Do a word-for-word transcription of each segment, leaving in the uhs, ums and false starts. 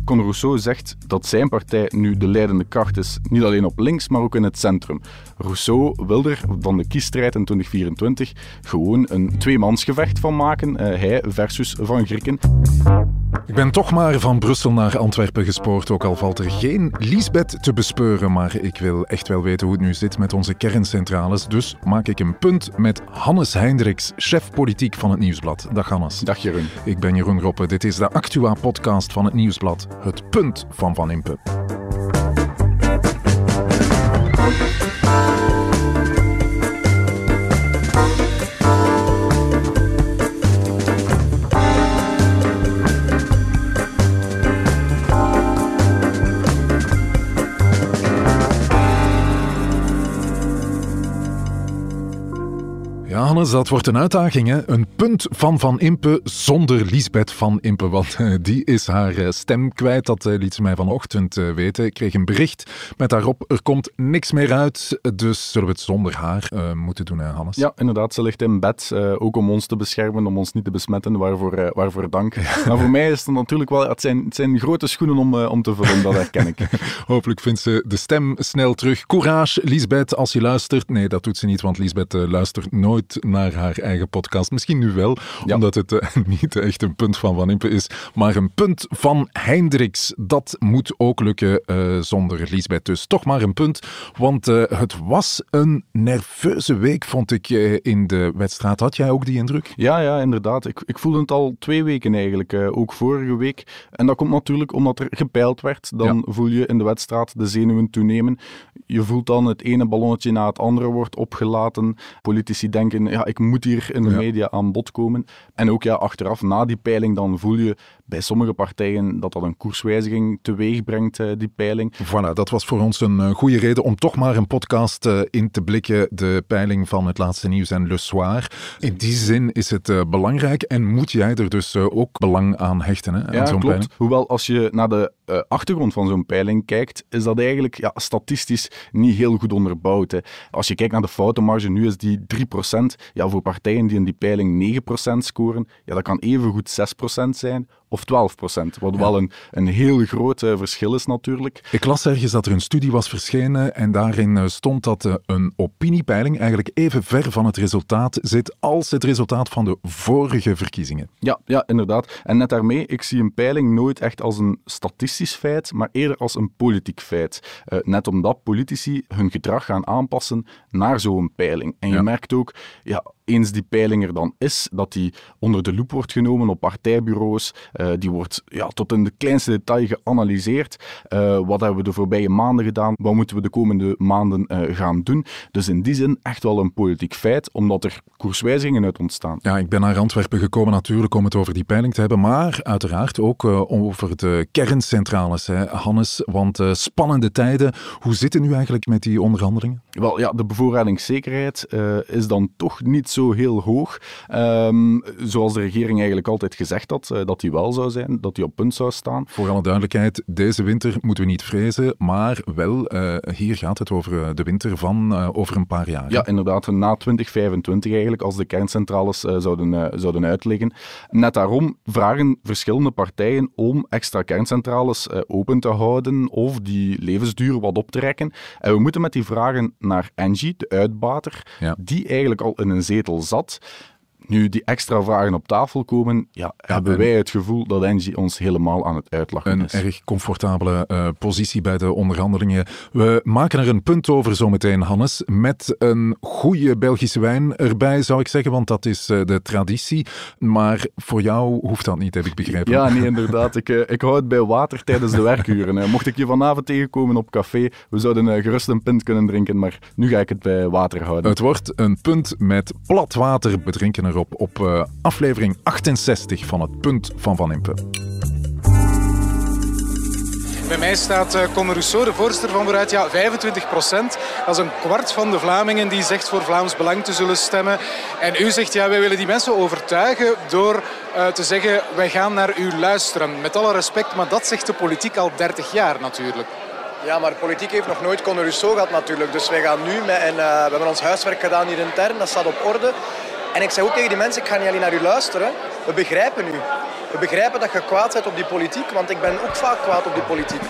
Conor Rousseau zegt dat zijn partij nu de leidende kracht is, niet alleen op links, maar ook in het centrum. Rousseau wil er van de kiesstrijd in twintig vierentwintig gewoon een tweemansgevecht van maken, uh, hij versus Van Grieken. Ik ben toch maar van Brussel naar Antwerpen gespoord, ook al valt er geen Liesbeth te bespeuren, maar ik wil echt wel weten hoe het nu zit met onze kerncentrales, dus maak ik een punt met Hannes Heindriks, chef politiek van het Nieuwsblad. Dag Hannes. Dag Jeroen. Ik ben Jeroen Roppe, dit is de Actua-podcast van het Nieuwsblad, het punt van Van Impe. Ja, Hannes, dat wordt een uitdaging, hè? Een punt van Van Impe zonder Liesbeth Van Impe, want uh, die is haar uh, stem kwijt. Dat uh, liet ze mij vanochtend uh, weten. Ik kreeg een bericht met daarop, er komt niks meer uit, dus zullen we het zonder haar uh, moeten doen, hè, Hannes? Ja, inderdaad, ze ligt in bed, uh, ook om ons te beschermen, om ons niet te besmetten, waarvoor, uh, waarvoor dank. Maar voor mij is het natuurlijk wel, het zijn, het zijn grote schoenen om, uh, om te vullen, dat herken ik. Hopelijk vindt ze de stem snel terug. Courage, Liesbeth, als je luistert. Nee, dat doet ze niet, want Liesbeth uh, luistert nooit naar haar eigen podcast. Misschien nu wel, ja. Omdat het uh, niet echt een punt van Van Impe is, maar een punt van Heindriks. Dat moet ook lukken uh, zonder Liesbeth. Dus toch maar een punt, want uh, het was een nerveuze week, vond ik, uh, in de wedstrijd. Had jij ook die indruk? Ja, ja, inderdaad. Ik, ik voelde het al twee weken eigenlijk, uh, ook vorige week. En dat komt natuurlijk omdat er gepeild werd. Dan ja. voel je in de wedstrijd de zenuwen toenemen. Je voelt dan het ene ballonnetje na het andere wordt opgelaten. Politici denken, ja, ik moet hier in de media ja. aan bod komen. En ook ja, achteraf, na die peiling, dan voel je bij sommige partijen dat dat een koerswijziging teweeg brengt, uh, die peiling. Voilà, dat was voor ons een uh, goede reden om toch maar een podcast uh, in te blikken. De peiling van Het Laatste Nieuws en Le Soir. In die zin is het uh, belangrijk en moet jij er dus uh, ook belang aan hechten, hè, aan ja, zo'n klopt. peiling. Hoewel, als je naar de uh, achtergrond van zo'n peiling kijkt, is dat eigenlijk ja, statistisch niet heel goed onderbouwd. Hè. Als je kijkt naar de foutenmarge, nu is die drie procent. Ja, voor partijen die in die peiling negen procent scoren, ja, dat kan evengoed zes procent zijn of twaalf procent. Wat ja. wel een, een heel groot uh, verschil is natuurlijk. Ik las ergens dat er een studie was verschenen en daarin uh, stond dat uh, een opiniepeiling eigenlijk even ver van het resultaat zit als het resultaat van de vorige verkiezingen. Ja, ja, inderdaad. En net daarmee, ik zie een peiling nooit echt als een statistisch feit, maar eerder als een politiek feit. Uh, net omdat politici hun gedrag gaan aanpassen naar zo'n peiling. En je ja. merkt ook, ja, eens die peiling er dan is, dat die onder de loep wordt genomen op partijbureaus. Uh, die wordt ja, tot in de kleinste detail geanalyseerd. Uh, wat hebben we de voorbije maanden gedaan? Wat moeten we de komende maanden uh, gaan doen? Dus in die zin echt wel een politiek feit, omdat er koerswijzigingen uit ontstaan. Ja, ik ben naar Antwerpen gekomen natuurlijk om het over die peiling te hebben, maar uiteraard ook uh, over de kerncentrales, hè, Hannes. Want uh, spannende tijden. Hoe zit het nu eigenlijk met die onderhandelingen? Wel, ja, de bevoorradingszekerheid uh, is dan toch niet zo heel hoog. Um, zoals de regering eigenlijk altijd gezegd had, uh, dat die wel zou zijn, dat die op punt zou staan. Voor alle duidelijkheid, deze winter moeten we niet vrezen, maar wel, uh, hier gaat het over de winter van uh, over een paar jaar. Ja, inderdaad, na twintig vijfentwintig eigenlijk, als de kerncentrales uh, zouden, uh, zouden uitliggen. Net daarom vragen verschillende partijen om extra kerncentrales uh, open te houden of die levensduur wat op te rekken. En we moeten met die vragen naar Engie, de uitbater, ja. die eigenlijk al in een zetel zat. Nu die extra vragen op tafel komen, ja, ja, hebben wij het gevoel dat Engie ons helemaal aan het uitlachen een is. Een erg comfortabele uh, positie bij de onderhandelingen. We maken er een punt over zometeen, Hannes, met een goede Belgische wijn erbij, zou ik zeggen, want dat is uh, de traditie. Maar voor jou hoeft dat niet, heb ik begrepen. Ja, nee, inderdaad. Ik, uh, ik hou het bij water tijdens de werkuren. Uh, mocht ik je vanavond tegenkomen op café, we zouden uh, gerust een pint kunnen drinken, maar nu ga ik het bij water houden. Het wordt een punt met plat water. We drinken erop op uh, aflevering achtenzestig van het Punt van Van Impe. Bij mij staat uh, Conor Rousseau, de voorzitter van Vooruit, ja, vijfentwintig procent. Dat is een kwart van de Vlamingen die zegt voor Vlaams Belang te zullen stemmen. En u zegt, ja, wij willen die mensen overtuigen door uh, te zeggen, wij gaan naar u luisteren. Met alle respect, maar dat zegt de politiek al dertig jaar natuurlijk. Ja, maar politiek heeft nog nooit Conor Rousseau gehad natuurlijk. Dus wij gaan nu, met, en, uh, we hebben ons huiswerk gedaan hier intern, dat staat op orde. En ik zeg ook tegen die mensen, ik ga niet alleen naar u luisteren, we begrijpen u. we begrijpen dat je kwaad bent op die politiek, want ik ben ook vaak kwaad op die politiek.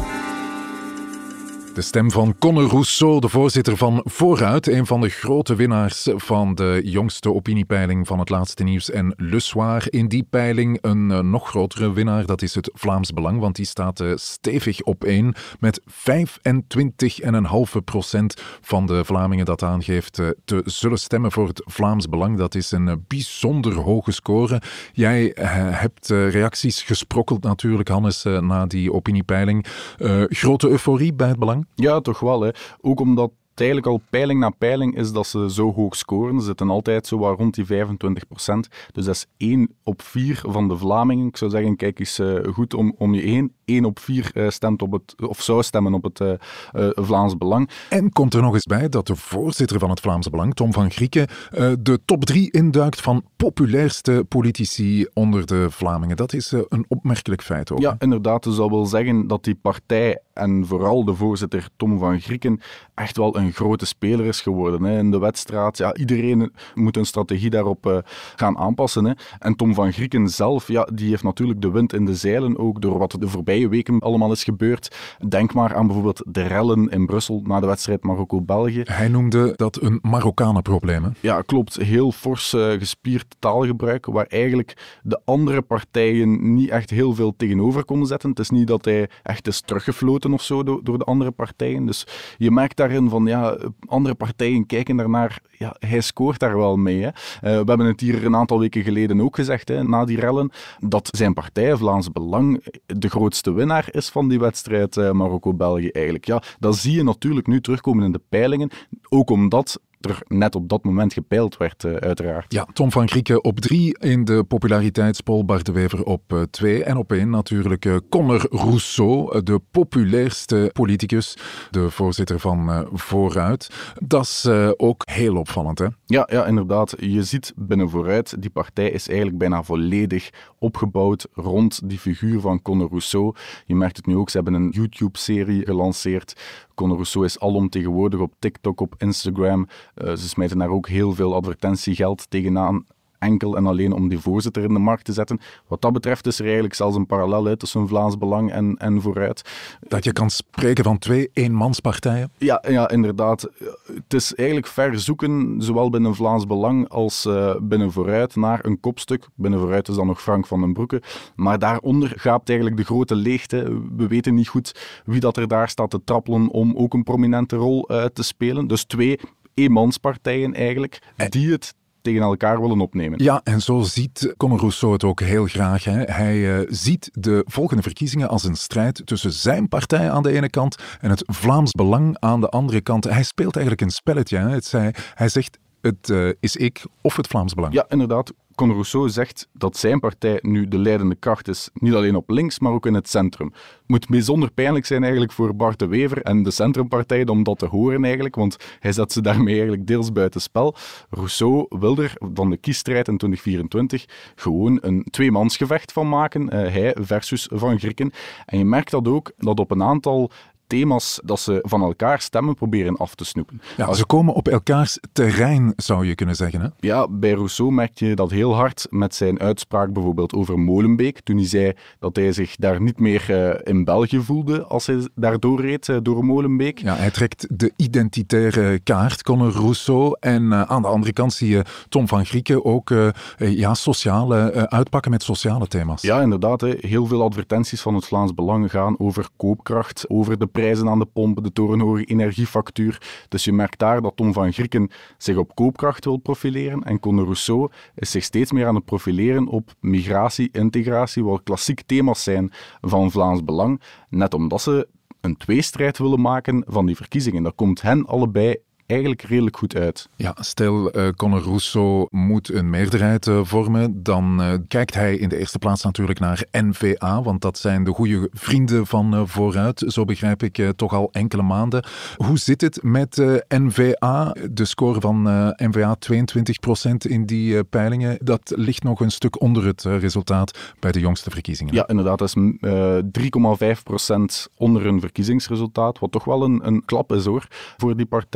De stem van Conor Rousseau, de voorzitter van Vooruit, een van de grote winnaars van de jongste opiniepeiling van het laatste nieuws en Le Soir. In die peiling een uh, nog grotere winnaar, dat is het Vlaams Belang, want die staat uh, stevig op één met vijfentwintig komma vijf procent van de Vlamingen dat aangeeft uh, te zullen stemmen voor het Vlaams Belang. Dat is een uh, bijzonder hoge score. Jij uh, hebt uh, reacties gesprokkeld natuurlijk, Hannes, uh, na die opiniepeiling. Uh, grote euforie bij het Belang? Ja, toch wel. Hè. Ook omdat het eigenlijk al peiling na peiling is dat ze zo hoog scoren. Ze zitten altijd zo wat rond die vijfentwintig procent. Dus dat is één op vier van de Vlamingen. Ik zou zeggen, kijk eens uh, goed om, om je heen. één op vier uh, stemt op het, of zou stemmen op het uh, uh, Vlaams Belang. En komt er nog eens bij dat de voorzitter van het Vlaams Belang, Tom van Grieken, uh, de top drie induikt van populairste politici onder de Vlamingen. Dat is uh, een opmerkelijk feit ook. Ja, inderdaad. Dus dat wil zeggen dat die partij en vooral de voorzitter Tom van Grieken echt wel een grote speler is geworden hè, in de wedstrijd. Ja, iedereen moet een strategie daarop uh, gaan aanpassen. Hè. En Tom van Grieken zelf, ja, die heeft natuurlijk de wind in de zeilen, ook door wat er de voorbije weken allemaal is gebeurd. Denk maar aan bijvoorbeeld de rellen in Brussel na de wedstrijd Marokko-België. Hij noemde dat een Marokkanenprobleem. Hè? Ja, klopt. Heel fors uh, gespierd taalgebruik, waar eigenlijk de andere partijen niet echt heel veel tegenover konden zetten. Het is niet dat hij echt is teruggefloten of zo door, door de andere partijen. Dus je merkt daarin van, ja, andere partijen kijken daarnaar, ja, hij scoort daar wel mee. Hè. Uh, we hebben het hier een aantal weken geleden ook gezegd, hè, na die rellen, dat zijn partij, Vlaams Belang, de grootste winnaar is van die wedstrijd uh, Marokko-België eigenlijk. Ja, dat zie je natuurlijk nu terugkomen in de peilingen, ook omdat er net op dat moment gepeild werd, uh, uiteraard. Ja, Tom van Grieken op drie in de populariteitspol, Bart de Wever op uh, twee en op één natuurlijk uh, Conor Rousseau, de populairste politicus, de voorzitter van uh, Vooruit. Dat is uh, ook heel opvallend, hè? Ja, ja, inderdaad. Je ziet binnen Vooruit, die partij is eigenlijk bijna volledig opgebouwd rond die figuur van Conor Rousseau. Je merkt het nu ook, ze hebben een YouTube-serie gelanceerd. Conor Rousseau is alomtegenwoordig op TikTok, op Instagram. Uh, ze smijten daar ook heel veel advertentiegeld tegenaan. Enkel en alleen om die voorzitter in de markt te zetten. Wat dat betreft is er eigenlijk zelfs een parallel uit tussen Vlaams Belang en, en Vooruit. Dat je kan spreken van twee eenmanspartijen? Ja, ja, inderdaad. Het is eigenlijk ver zoeken, zowel binnen Vlaams Belang als uh, binnen Vooruit, naar een kopstuk. Binnen Vooruit is dan nog Frank van den Broeke. Maar daaronder gaapt eigenlijk de grote leegte. We weten niet goed wie dat er daar staat te trappelen om ook een prominente rol uh, te spelen. Dus twee eenmanspartijen eigenlijk, die het tegen elkaar willen opnemen. Ja, en zo ziet Conor Rousseau het ook heel graag. Hè. Hij uh, ziet de volgende verkiezingen als een strijd tussen zijn partij aan de ene kant en het Vlaams Belang aan de andere kant. Hij speelt eigenlijk een spelletje. Hè. Het zei, hij zegt, het uh, is ik of het Vlaams Belang. Ja, inderdaad. Conor Rousseau zegt dat zijn partij nu de leidende kracht is, niet alleen op links, maar ook in het centrum. Het moet bijzonder pijnlijk zijn eigenlijk voor Bart de Wever en de centrumpartij om dat te horen eigenlijk, want hij zet ze daarmee eigenlijk deels buiten spel. Rousseau wil er van de kiesstrijd in twintig vierentwintig gewoon een tweemansgevecht van maken, uh, hij versus Van Grieken. En je merkt dat ook, dat op een aantal thema's dat ze van elkaar stemmen proberen af te snoepen. Ja, Als... ze komen op elkaars terrein, zou je kunnen zeggen. Hè? Ja, bij Rousseau merk je dat heel hard met zijn uitspraak bijvoorbeeld over Molenbeek, toen hij zei dat hij zich daar niet meer uh, in België voelde als hij daar doorreed, uh, door Molenbeek. Ja, hij trekt de identitaire kaart, Conor Rousseau, en uh, aan de andere kant zie je Tom van Grieken ook uh, uh, ja, sociale, uh, uitpakken met sociale thema's. Ja, inderdaad. Hè. Heel veel advertenties van het Vlaams Belang gaan over koopkracht, over de prijzen aan de pomp, de torenhoge energiefactuur. Dus je merkt daar dat Tom van Grieken zich op koopkracht wil profileren en Conor Rousseau is zich steeds meer aan het profileren op migratie, integratie, wat klassiek thema's zijn van Vlaams Belang, net omdat ze een tweestrijd willen maken van die verkiezingen. Dat komt hen allebei eigenlijk redelijk goed uit. Ja, stel uh, Conor Rousseau moet een meerderheid uh, vormen, dan uh, kijkt hij in de eerste plaats natuurlijk naar N V A, want dat zijn de goede vrienden van uh, Vooruit, zo begrijp ik uh, toch al enkele maanden. Hoe zit het met uh, N V A? De score van uh, N V A, tweeëntwintig procent in die uh, peilingen, dat ligt nog een stuk onder het uh, resultaat bij de jongste verkiezingen. Ja, inderdaad, dat is uh, drie komma vijf procent onder hun verkiezingsresultaat, wat toch wel een, een klap is hoor, voor die partij.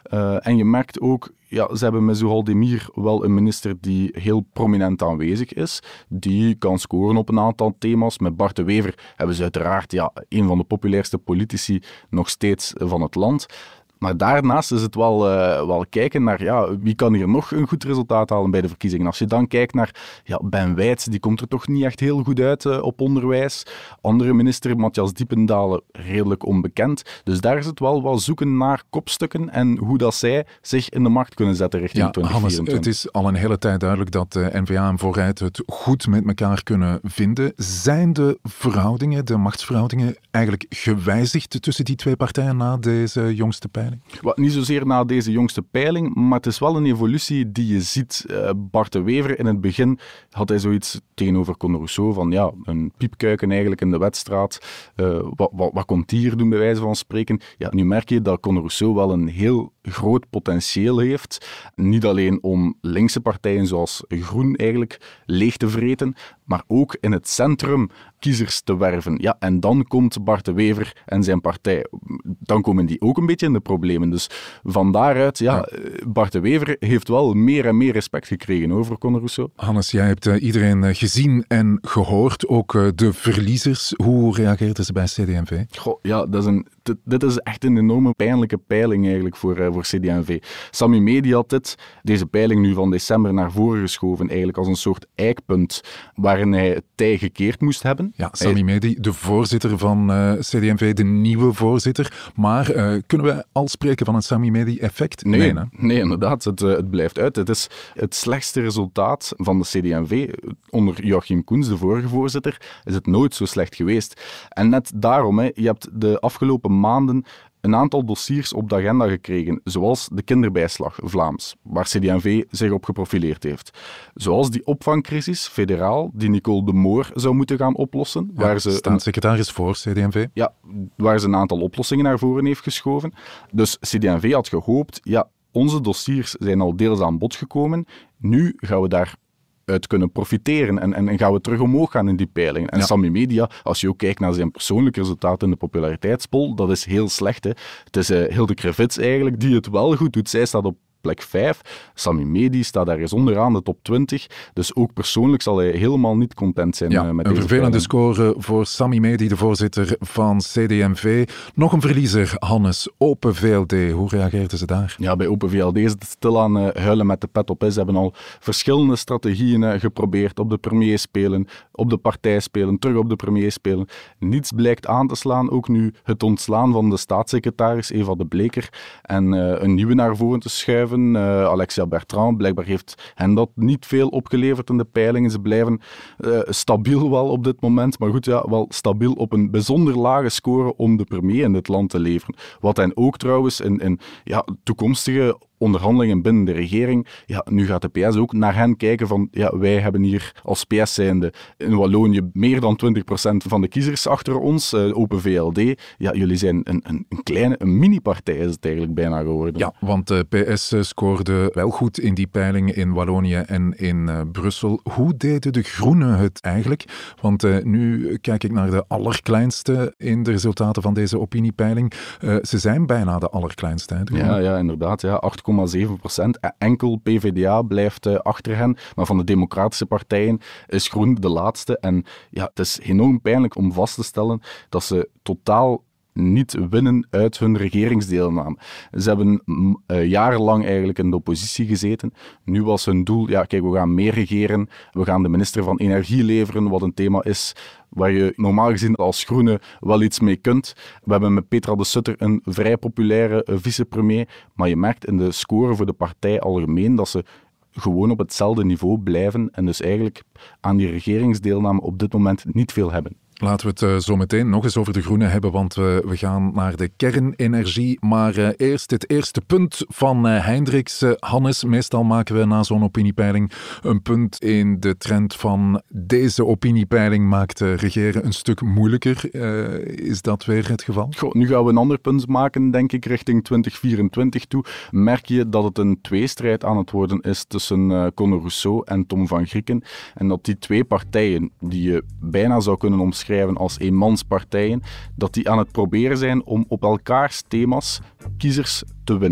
Uh, en je merkt ook, ja, ze hebben met Zohaldemir wel een minister die heel prominent aanwezig is, die kan scoren op een aantal thema's. Met Bart de Wever hebben ze uiteraard ja, een van de populairste politici nog steeds van het land. Maar daarnaast is het wel, uh, wel kijken naar ja, wie kan hier nog een goed resultaat halen bij de verkiezingen. Als je dan kijkt naar ja, Ben Wijts, die komt er toch niet echt heel goed uit uh, op onderwijs. Andere minister, Matthias Diependalen, redelijk onbekend. Dus daar is het wel wat zoeken naar kopstukken en hoe dat zij zich in de markt kunnen zetten richting ja, twintig vierentwintig. Hannes, het is al een hele tijd duidelijk dat de N V A en Vooruit het goed met elkaar kunnen vinden. Zijn de verhoudingen, de machtsverhoudingen, eigenlijk gewijzigd tussen die twee partijen na deze jongste peiling? Wat, niet zozeer na deze jongste peiling, maar het is wel een evolutie die je ziet. Uh, Bart de Wever, in het begin had hij zoiets tegenover Conor Rousseau van ja, een piepkuiken eigenlijk in de wedstraat. Uh, wat, wat, wat komt die hier doen, bij wijze van spreken? Ja, nu merk je dat Conor Rousseau wel een heel groot potentieel heeft. Niet alleen om linkse partijen zoals Groen eigenlijk leeg te vreten, maar ook in het centrum kiezers te werven. Ja, en dan komt Bart de Wever en zijn partij. Dan komen die ook een beetje in de problemen. Dus van daaruit, ja, ja. Bart de Wever heeft wel meer en meer respect gekregen over Conor Rousseau. Hannes, jij hebt uh, iedereen uh, gezien en gehoord, ook uh, de verliezers. Hoe reageerden ze bij C D en V? Goh, ja, dat is een, dit, dit is echt een enorme pijnlijke peiling eigenlijk voor, uh, voor C D en V. Sami Medi had dit, deze peiling nu van december naar voren geschoven, eigenlijk als een soort eikpunt waarin hij het tij gekeerd moest hebben. Ja, Sami Medi, de voorzitter van uh, C D en V, de nieuwe voorzitter. Maar uh, kunnen we al spreken van een Sami Medi-effect? Nee, nee, nee, inderdaad. Het, uh, het blijft uit. Het is het slechtste resultaat van de C D en V. Onder Joachim Koens, de vorige voorzitter, is het nooit zo slecht geweest. En net daarom, hè, je hebt de afgelopen maanden een aantal dossiers op de agenda gekregen, zoals de kinderbijslag Vlaams, waar C D en V zich op geprofileerd heeft. Zoals die opvangcrisis, federaal, die Nicole de Moor zou moeten gaan oplossen. Ja, waar ze staatssecretaris voor C D en V. Ja, waar ze een aantal oplossingen naar voren heeft geschoven. Dus C D en V had gehoopt, ja, onze dossiers zijn al deels aan bod gekomen, nu gaan we daar uit kunnen profiteren en, en, en gaan we terug omhoog gaan in die peiling. En ja. Sami Medi, als je ook kijkt naar zijn persoonlijke resultaten in de populariteitspol, dat is heel slecht. Hè. Het is uh, Hilde Krevits eigenlijk die het wel goed doet. Zij staat op plek vijf. Sami Medi staat daar eens onderaan de top twintig. Dus ook persoonlijk zal hij helemaal niet content zijn ja, uh, met een deze vervelende peiling. score voor Sami Medi, de voorzitter van C D en V. Nog een verliezer, Hannes, Open V L D. Hoe reageerden ze daar? Ja, bij Open V L D is het stilaan uh, huilen met de pet op. Hè. Ze hebben al verschillende strategieën uh, geprobeerd. Op de premier spelen, op de partij spelen, terug op de premier spelen. Niets blijkt aan te slaan. Ook nu het ontslaan van de staatssecretaris Eva de Bleker en uh, een nieuwe naar voren te schuiven. Uh, Alexia Bertrand, blijkbaar heeft hen dat niet veel opgeleverd in de peilingen. Ze blijven uh, stabiel wel op dit moment, maar goed, ja, wel stabiel op een bijzonder lage score om de premier in dit land te leveren. Wat hen ook trouwens in, in ja, toekomstige onderhandelingen binnen de regering, ja, nu gaat de P S ook naar hen kijken van, ja, wij hebben hier als P S zijnde in Wallonië meer dan twintig procent van de kiezers achter ons, uh, Open V L D. Ja, jullie zijn een, een, een kleine, een mini-partij is het eigenlijk bijna geworden. Ja, want de P S scoorde wel goed in die peilingen in Wallonië en in uh, Brussel. Hoe deden de Groenen het eigenlijk? Want uh, nu kijk ik naar de allerkleinste in de resultaten van deze opiniepeiling. Uh, ze zijn bijna de allerkleinste. Hè, de ja, ja, inderdaad. Ja. acht komma zeven procent. Enkel P V D A blijft uh, achter hen. Maar van de democratische partijen is Groen de laatste. En ja, het is enorm pijnlijk om vast te stellen dat ze totaal niet winnen uit hun regeringsdeelname. Ze hebben uh, jarenlang eigenlijk in de oppositie gezeten. Nu was hun doel, ja, kijk, we gaan meer regeren. We gaan de minister van Energie leveren, wat een thema is waar je normaal gezien als Groene wel iets mee kunt. We hebben met Petra de Sutter een vrij populaire uh, vicepremier, maar je merkt in de score voor de partij algemeen dat ze gewoon op hetzelfde niveau blijven en dus eigenlijk aan die regeringsdeelname op dit moment niet veel hebben. Laten we het uh, zo meteen nog eens over de Groenen hebben, want uh, we gaan naar de kernenergie. Maar uh, eerst het eerste punt van uh, Hendricks. Uh, Hannes, meestal maken we na zo'n opiniepeiling een punt in de trend van deze opiniepeiling maakt uh, regeren een stuk moeilijker. Uh, is dat weer het geval? Goh, nu gaan we een ander punt maken, denk ik, richting twintig vierentwintig toe. Merk je dat het een tweestrijd aan het worden is tussen uh, Conor Rousseau en Tom van Grieken. En dat die twee partijen, die je bijna zou kunnen omschrijven als eenmanspartijen, dat die aan het proberen zijn om op elkaars thema's kiezers te winnen.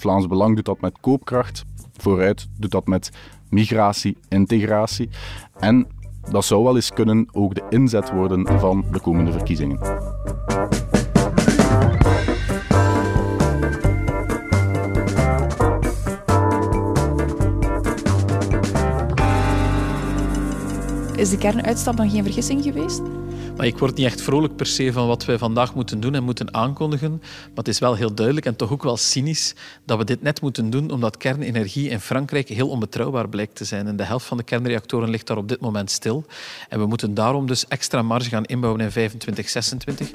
Vlaams Belang doet dat met koopkracht. Vooruit doet dat met migratie, integratie. En dat zou wel eens kunnen ook de inzet worden van de komende verkiezingen. Is de kernuitstap dan geen vergissing geweest? Maar ik word niet echt vrolijk per se van wat wij vandaag moeten doen en moeten aankondigen. Maar het is wel heel duidelijk en toch ook wel cynisch dat we dit net moeten doen omdat kernenergie in Frankrijk heel onbetrouwbaar blijkt te zijn. En de helft van de kernreactoren ligt daar op dit moment stil. En we moeten daarom dus extra marge gaan inbouwen in vijfentwintig zesentwintig.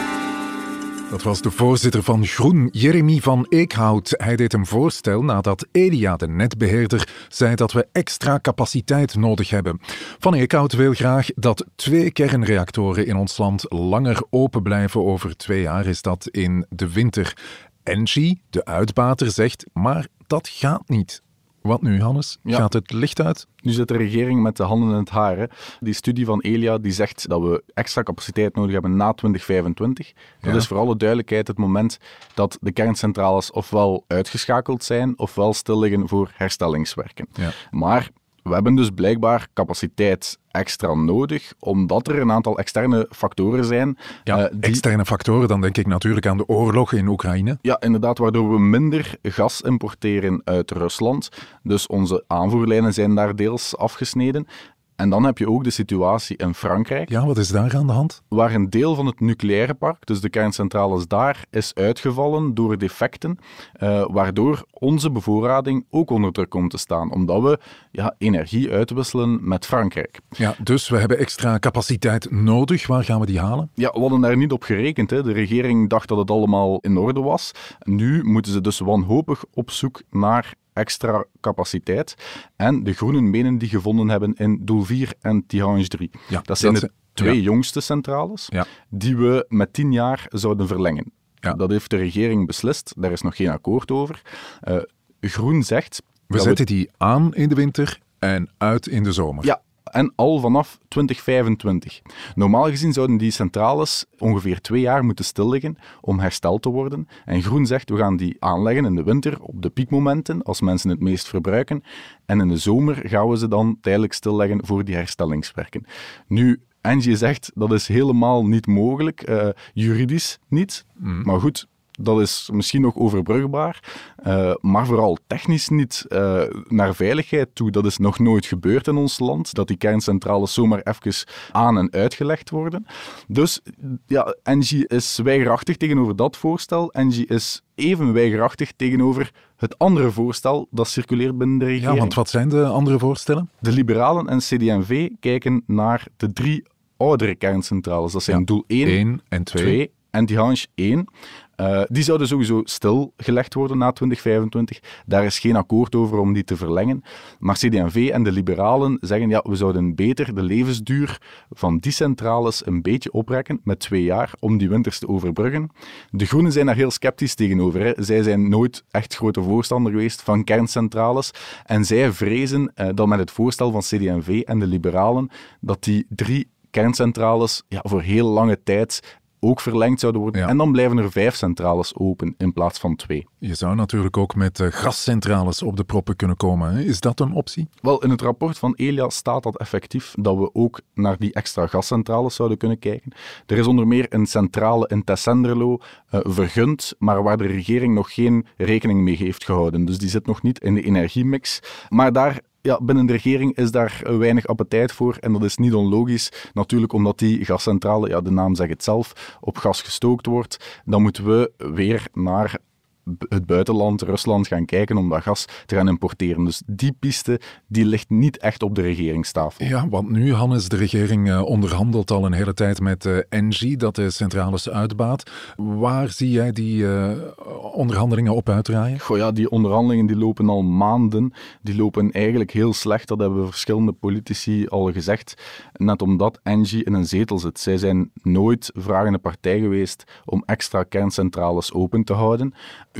Dat was de voorzitter van Groen, Jeremy van Eekhout. Hij deed een voorstel nadat Elia, de netbeheerder, zei dat we extra capaciteit nodig hebben. Van Eekhout wil graag dat twee kernreactoren in ons land langer open blijven. Over twee jaar is dat in de winter. Engie, de uitbater, zegt, maar dat gaat niet. Wat nu, Hannes? Ja. Gaat het licht uit? Nu zit de regering met de handen in het haar. Hè. Die studie van Elia die zegt dat we extra capaciteit nodig hebben na twintig vijfentwintig. Dat Ja. is voor alle duidelijkheid het moment dat de kerncentrales ofwel uitgeschakeld zijn ofwel stil liggen voor herstellingswerken. Ja. Maar we hebben dus blijkbaar capaciteit extra nodig, omdat er een aantal externe factoren zijn. Ja, uh, die... externe factoren, dan denk ik natuurlijk aan de oorlog in Oekraïne. Ja, inderdaad, waardoor we minder gas importeren uit Rusland. Dus onze aanvoerlijnen zijn daar deels afgesneden. En dan heb je ook de situatie in Frankrijk, Ja, wat is daar aan de hand? waar een deel van het nucleaire park, dus de kerncentrales daar, is uitgevallen door defecten, uh, waardoor onze bevoorrading ook onder druk komt te staan, omdat we ja, energie uitwisselen met Frankrijk. Ja, dus we hebben extra capaciteit nodig. Waar gaan we die halen? Ja, we hadden daar niet op gerekend. Hè. De regering dacht dat het allemaal in orde was. Nu moeten ze dus wanhopig op zoek naar extra capaciteit. En de groenen menen die gevonden hebben in Doel vier en Tihange drie. Ja, dat zijn dat de zijn- twee ja. jongste centrales Ja. die we met tien jaar zouden verlengen. Ja. Dat heeft de regering beslist. Daar is nog geen akkoord over. Uh, Groen zegt... We dat zetten die aan in de winter en uit in de zomer. Ja, en al vanaf twintig vijfentwintig. Normaal gezien zouden die centrales ongeveer twee jaar moeten stilliggen om hersteld te worden. En Groen zegt, we gaan die aanleggen in de winter op de piekmomenten, als mensen het meest verbruiken. En in de zomer gaan we ze dan tijdelijk stilleggen voor die herstellingswerken. Nu, Engie zegt, dat is helemaal niet mogelijk, uh, juridisch niet. Mm. Maar goed... Dat is misschien nog overbrugbaar, uh, maar vooral technisch niet uh, naar veiligheid toe. Dat is nog nooit gebeurd in ons land, dat die kerncentrales zomaar even aan- en uitgelegd worden. Dus ja, Engie is weigerachtig tegenover dat voorstel. Engie is even weigerachtig tegenover het andere voorstel dat circuleert binnen de regering. Ja, want wat zijn de andere voorstellen? De Liberalen en C D en V kijken naar de drie oudere kerncentrales. Dat zijn Ja, Doel één, één en twee. en Tihange één. Uh, die zouden sowieso stilgelegd worden na twintig vijfentwintig. Daar is geen akkoord over om die te verlengen. Maar C D en V en de Liberalen zeggen, ja, we zouden beter de levensduur van die centrales een beetje oprekken met twee jaar om die winters te overbruggen. De Groenen zijn daar heel sceptisch tegenover. Hè. Zij zijn nooit echt grote voorstander geweest van kerncentrales. En zij vrezen uh, dat met het voorstel van C D en V en de Liberalen dat die drie kerncentrales ja, voor heel lange tijd ook verlengd zouden worden. Ja. En dan blijven er vijf centrales open in plaats van twee. Je zou natuurlijk ook met uh, gascentrales op de proppen kunnen komen. Hè? Is dat een optie? Wel, in het rapport van Elia staat dat effectief, dat we ook naar die extra gascentrales zouden kunnen kijken. Er is onder meer een centrale in Tessenderlo uh, vergund, maar waar de regering nog geen rekening mee heeft gehouden. Dus die zit nog niet in de energiemix. Maar daar... Ja, binnen de regering is daar weinig appetijt voor en dat is niet onlogisch. Natuurlijk omdat die gascentrale, ja, de naam zegt het zelf, op gas gestookt wordt. Dan moeten we weer naar het buitenland, Rusland, gaan kijken om dat gas te gaan importeren. Dus die piste, die ligt niet echt op de regeringstafel. Ja, want nu, Hannes, de regering uh, onderhandelt al een hele tijd met uh, Engie, dat de centrales uitbaat. Waar zie jij die uh, onderhandelingen op uitdraaien? Goh ja, die onderhandelingen die lopen al maanden. Die lopen eigenlijk heel slecht. Dat hebben verschillende politici al gezegd. Net omdat Engie in een zetel zit. Zij zijn nooit vragende partij geweest om extra kerncentrales open te houden. Goed,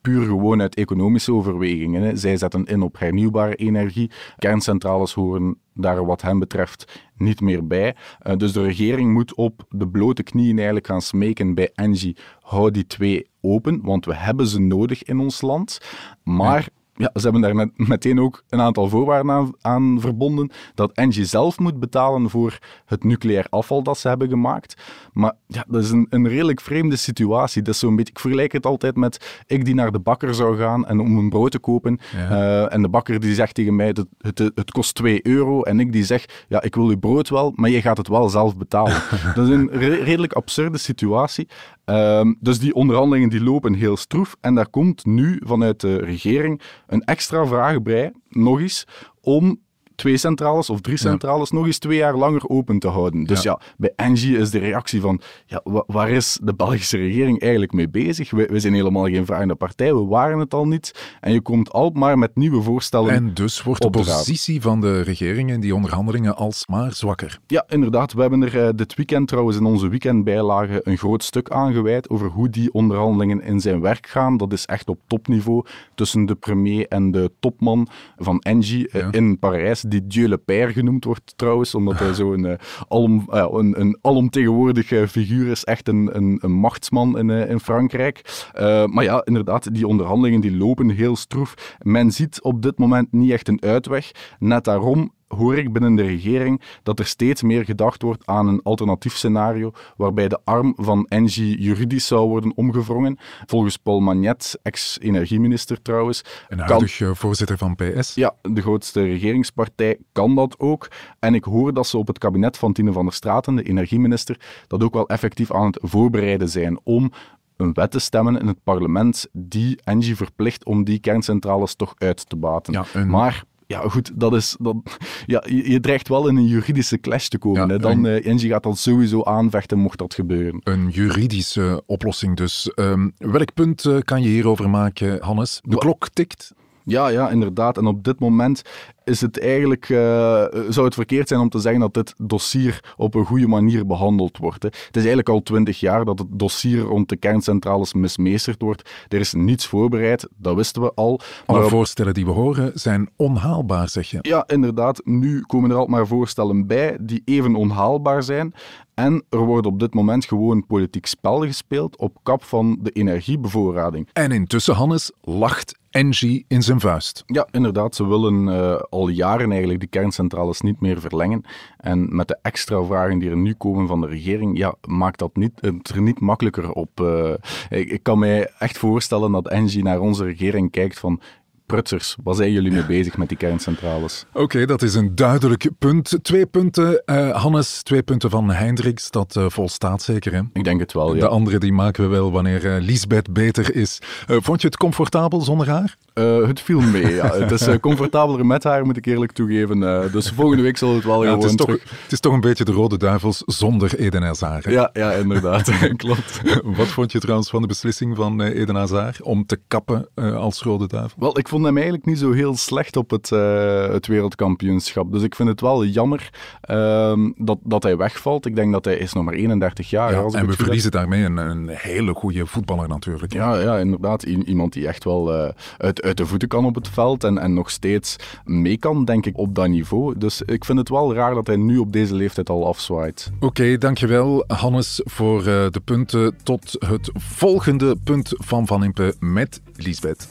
puur gewoon uit economische overwegingen. Hè. Zij zetten in op hernieuwbare energie. Kerncentrales horen daar wat hen betreft niet meer bij. Uh, dus de regering moet op de blote knieën eigenlijk gaan smeken bij Engie. Hou die twee open, want we hebben ze nodig in ons land. Maar... Ja. Ja, ze hebben daar net, meteen ook een aantal voorwaarden aan, aan verbonden. Dat Engie zelf moet betalen voor het nucleair afval dat ze hebben gemaakt. Maar ja, dat is een, een redelijk vreemde situatie. Dat is zo'n beetje, ik vergelijk het altijd met ik die naar de bakker zou gaan en om een brood te kopen. Ja. Uh, en de bakker die zegt tegen mij, het, het, het kost twee euro. En ik die zeg, ja, ik wil uw brood wel, maar je gaat het wel zelf betalen. Dat is een re- redelijk absurde situatie. Um, dus die onderhandelingen die lopen heel stroef. En daar komt nu vanuit de regering een extra vraag bij, nog eens, om twee centrales of drie centrales ja. nog eens twee jaar langer open te houden. Dus ja, ja bij Engie is de reactie van, ja, waar is de Belgische regering eigenlijk mee bezig? We, we zijn helemaal geen vragende partij, we waren het al niet. En je komt al maar met nieuwe voorstellen. En dus wordt de positie van de regering in die onderhandelingen alsmaar zwakker. Ja, inderdaad. We hebben er uh, dit weekend trouwens in onze weekendbijlage een groot stuk aan gewijd over hoe die onderhandelingen in zijn werk gaan. Dat is echt op topniveau tussen de premier en de topman van Engie uh, ja. in Parijs, die Dieu le Père genoemd wordt trouwens, omdat hij zo'n uh, alom, uh, een, een alomtegenwoordige figuur is, echt een, een, een machtsman in, uh, in Frankrijk. Uh, maar ja, inderdaad, die onderhandelingen die lopen heel stroef. Men ziet op dit moment niet echt een uitweg. Net daarom hoor ik binnen de regering dat er steeds meer gedacht wordt aan een alternatief scenario waarbij de arm van Engie juridisch zou worden omgewrongen. Volgens Paul Magnet, ex-energieminister trouwens. En huidig kan, voorzitter van P S. Ja, de grootste regeringspartij kan dat ook. En ik hoor dat ze op het kabinet van Tine van der Straten, de energieminister, dat ook wel effectief aan het voorbereiden zijn om een wet te stemmen in het parlement die Engie verplicht om die kerncentrales toch uit te baten. Ja, een... Maar... Ja, goed, dat is... Dat, ja, je, je dreigt wel in een juridische clash te komen. Ja, hè. Dan, uh, Engie gaat dat sowieso aanvechten, mocht dat gebeuren. Een juridische oplossing dus. Um, welk punt uh, kan je hierover maken, Hannes? De klok tikt. Ja, ja, inderdaad. En op dit moment is het eigenlijk, uh, zou het verkeerd zijn om te zeggen dat dit dossier op een goede manier behandeld wordt. Hè. Het is eigenlijk al twintig jaar dat het dossier rond de kerncentrales mismeesterd wordt. Er is niets voorbereid, dat wisten we al. Alle maar voorstellen die we horen zijn onhaalbaar, zeg je? Ja, inderdaad. Nu komen er al maar voorstellen bij die even onhaalbaar zijn. En er wordt op dit moment gewoon politiek spel gespeeld op kap van de energiebevoorrading. En intussen, Hannes, lacht Engie in zijn vuist. Ja, inderdaad. Ze willen uh, al jaren eigenlijk de kerncentrales niet meer verlengen. En met de extra vragen die er nu komen van de regering, ja, maakt dat niet, het er niet makkelijker op. Uh, ik, ik kan mij echt voorstellen dat Engie naar onze regering kijkt van... Prutsers, wat zijn jullie mee bezig met die kerncentrales? Oké, okay, dat is een duidelijk punt. Twee punten, uh, Hannes, twee punten van Hendricks. Dat uh, volstaat zeker, hè? Ik denk het wel, ja. De andere die maken we wel wanneer uh, Liesbeth beter is. Uh, vond je het comfortabel zonder haar? Uh, het viel mee, ja. Het is uh, comfortabeler met haar, moet ik eerlijk toegeven. Uh, dus volgende week zal het wel ja, gewoon het is, terug... toch, het is toch een beetje de Rode Duivels zonder Eden Hazard. Ja, ja, inderdaad. Klopt. Wat vond je trouwens van de beslissing van uh, Eden Hazard om te kappen uh, als Rode Duivel? Wel, ik vond hem eigenlijk niet zo heel slecht op het, uh, het wereldkampioenschap. Dus ik vind het wel jammer uh, dat, dat hij wegvalt. Ik denk dat hij is nog maar eenendertig jaar. Ja, als en we verliezen heb. daarmee een, een hele goede voetballer natuurlijk. Ja, ja inderdaad. I- iemand die echt wel uh, uit, uit de voeten kan op het veld en, en nog steeds mee kan, denk ik, op dat niveau. Dus ik vind het wel raar dat hij nu op deze leeftijd al afzwaait. Oké, okay, dankjewel Hannes voor uh, de punten. Tot het volgende punt van Van Impe met Liesbeth.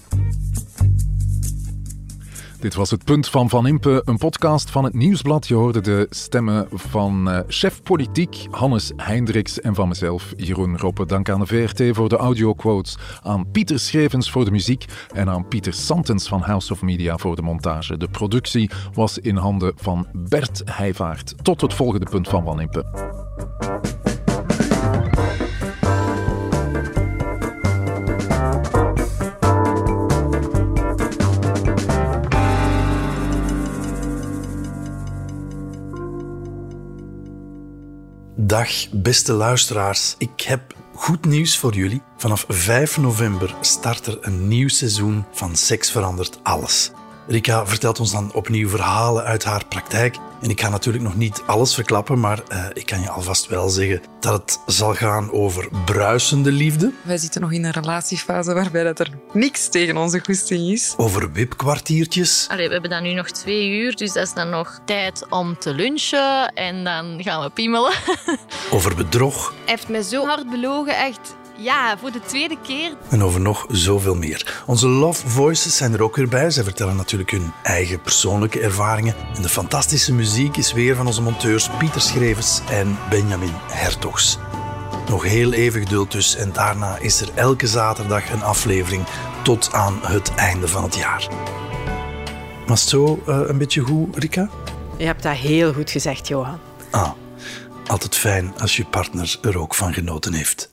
Dit was het Punt van Van Impe, een podcast van het Nieuwsblad. Je hoorde de stemmen van uh, chef politiek Hannes Hendricks en van mezelf, Jeroen Roppe. Dank aan de V R T voor de audioquotes, aan Pieter Schrevens voor de muziek en aan Pieter Santens van House of Media voor de montage. De productie was in handen van Bert Heijvaart. Tot het volgende Punt van Van Impe. Dag, beste luisteraars. Ik heb goed nieuws voor jullie. Vanaf vijf november start er een nieuw seizoen van Seks verandert alles. Rika vertelt ons dan opnieuw verhalen uit haar praktijk. En ik ga natuurlijk nog niet alles verklappen, maar uh, ik kan je alvast wel zeggen dat het zal gaan over bruisende liefde. Wij zitten nog in een relatiefase waarbij dat er niks tegen onze goesting is. Over wipkwartiertjes. Allee, we hebben dan nu nog twee uur, dus dat is dan nog tijd om te lunchen en dan gaan we piemelen. Over bedrog. Hij heeft mij zo hard belogen, echt... Ja, voor de tweede keer. En over nog zoveel meer. Onze Love Voices zijn er ook weer bij. Zij vertellen natuurlijk hun eigen persoonlijke ervaringen. En de fantastische muziek is weer van onze monteurs Pieter Schrevers en Benjamin Hertogs. Nog heel even geduld dus. En daarna is er elke zaterdag een aflevering tot aan het einde van het jaar. Was het zo uh, een beetje goed, Rika? Je hebt dat heel goed gezegd, Johan. Ah, altijd fijn als je partner er ook van genoten heeft.